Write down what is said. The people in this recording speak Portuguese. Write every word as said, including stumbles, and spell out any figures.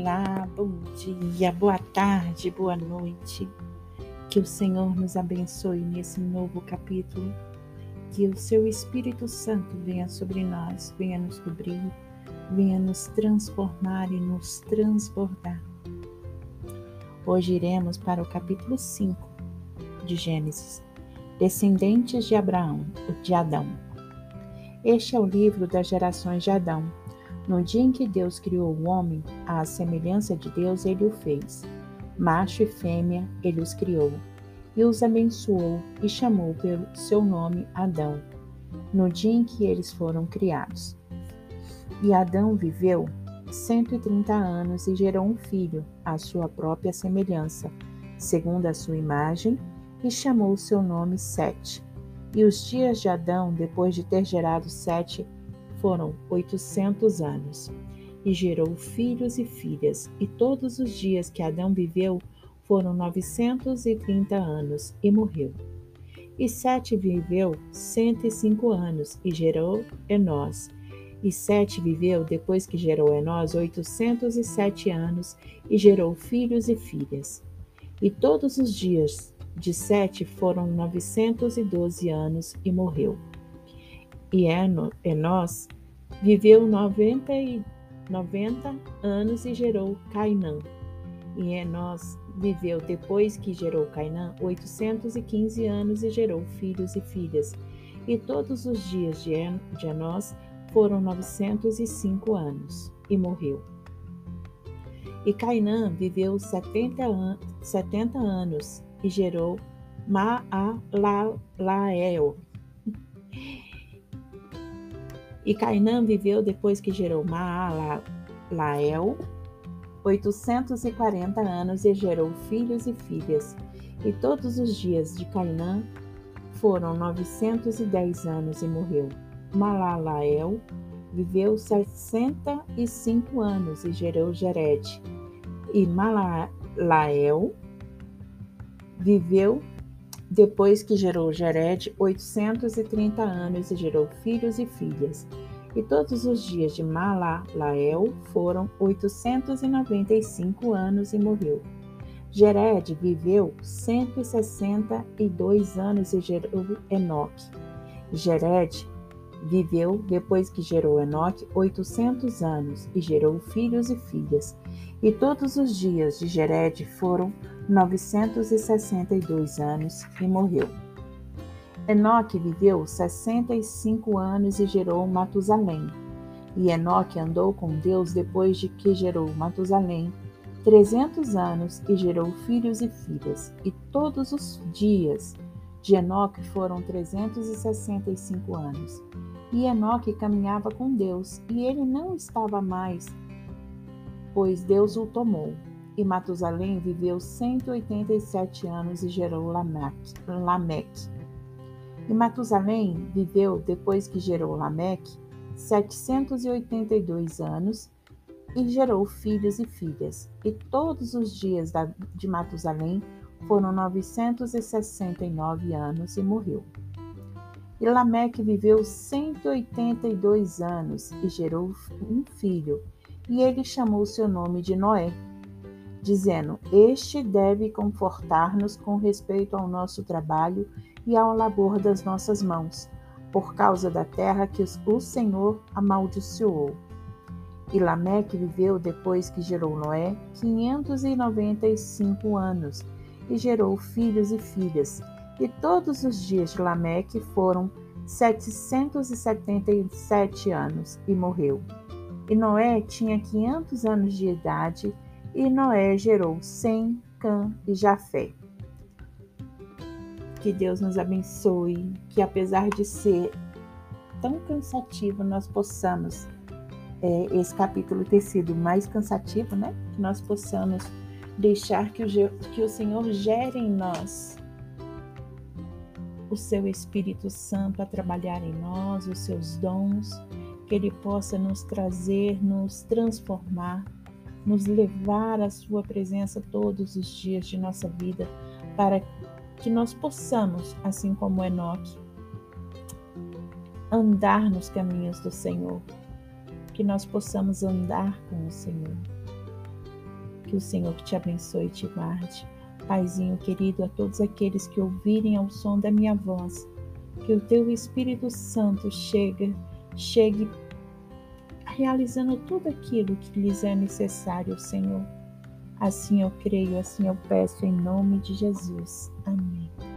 Olá, bom dia, boa tarde, boa noite. Que o Senhor nos abençoe nesse novo capítulo. Que o seu Espírito Santo venha sobre nós, venha nos cobrir, venha nos transformar e nos transbordar. Hoje iremos para o capítulo cinco de Gênesis, Descendentes de Abraão, de Adão. Este é o livro das gerações de Adão. No dia em que Deus criou o homem, à semelhança de Deus ele o fez. Macho e fêmea ele os criou, e os abençoou e chamou pelo seu nome Adão, no dia em que eles foram criados. E Adão viveu cento e trinta anos e gerou um filho, à sua própria semelhança, segundo a sua imagem, e chamou o seu nome Sete. E os dias de Adão, depois de ter gerado Sete, foram oitocentos anos, e gerou filhos e filhas, e todos os dias que Adão viveu foram novecentos e trinta anos, e morreu. E Sete viveu cento e cinco anos, e gerou Enós. E Sete viveu, depois que gerou Enós, oitocentos e sete anos, e gerou filhos e filhas. E todos os dias de Sete foram novecentos e doze anos, e morreu. E Enós viveu noventa, e, noventa anos e gerou Cainã. E Enós viveu, depois que gerou Cainã, oitocentos e quinze anos e gerou filhos e filhas. E todos os dias de Enós foram novecentos e cinco anos, e morreu. E Cainã viveu setenta, an- setenta anos e gerou Maalael. E Cainã viveu, depois que gerou Maalael, oitocentos e quarenta anos e gerou filhos e filhas. E todos os dias de Cainã foram novecentos e dez anos e morreu. Maalael viveu sessenta e cinco anos e gerou Jered. E Maalael viveu, depois que gerou Jered, oitocentos e trinta anos e gerou filhos e filhas. E todos os dias de Malalael foram oitocentos e noventa e cinco anos e morreu. Jered viveu cento e sessenta e dois anos e gerou Enoque. Jered viveu, depois que gerou Enoque, oitocentos anos e gerou filhos e filhas. E todos os dias de Jered foram novecentos e sessenta e dois anos e morreu. Enoque viveu sessenta e cinco anos e gerou Matusalém. E Enoque andou com Deus depois de que gerou Matusalém trezentos anos e gerou filhos e filhas. E todos os dias de Enoque foram trezentos e sessenta e cinco anos. E Enoque caminhava com Deus, e ele não estava mais, pois Deus o tomou. E Matusalém viveu cento e oitenta e sete anos e gerou Lameque. E Matusalém viveu, depois que gerou Lameque, setecentos e oitenta e dois anos e gerou filhos e filhas. E todos os dias de Matusalém foram novecentos e sessenta e nove anos e morreu. E Lameque viveu cento e oitenta e dois anos e gerou um filho, e ele chamou seu nome de Noé, dizendo: Este deve confortar-nos com respeito ao nosso trabalho e ao labor das nossas mãos, por causa da terra que o Senhor amaldiçoou. E Lameque viveu, depois que gerou Noé, quinhentos e noventa e cinco anos, e gerou filhos e filhas. E todos os dias de Lameque foram setecentos e setenta e sete anos, e morreu. E Noé tinha quinhentos anos de idade, e Noé gerou Sem, Cã e Jafé. Que Deus nos abençoe, que apesar de ser tão cansativo, nós possamos, é, esse capítulo ter sido mais cansativo, né? Que nós possamos deixar que o, que o Senhor gere em nós o seu Espírito Santo a trabalhar em nós, os seus dons, que Ele possa nos trazer, nos transformar, nos levar à sua presença todos os dias de nossa vida, para que nós possamos, assim como Enoque, andar nos caminhos do Senhor, que nós possamos andar com o Senhor. Que o Senhor te abençoe e te guarde. Paizinho querido, a todos aqueles que ouvirem ao som da minha voz, que o teu Espírito Santo chegue, chegue realizando tudo aquilo que lhes é necessário, Senhor. Assim eu creio, assim eu peço, em nome de Jesus. Amém.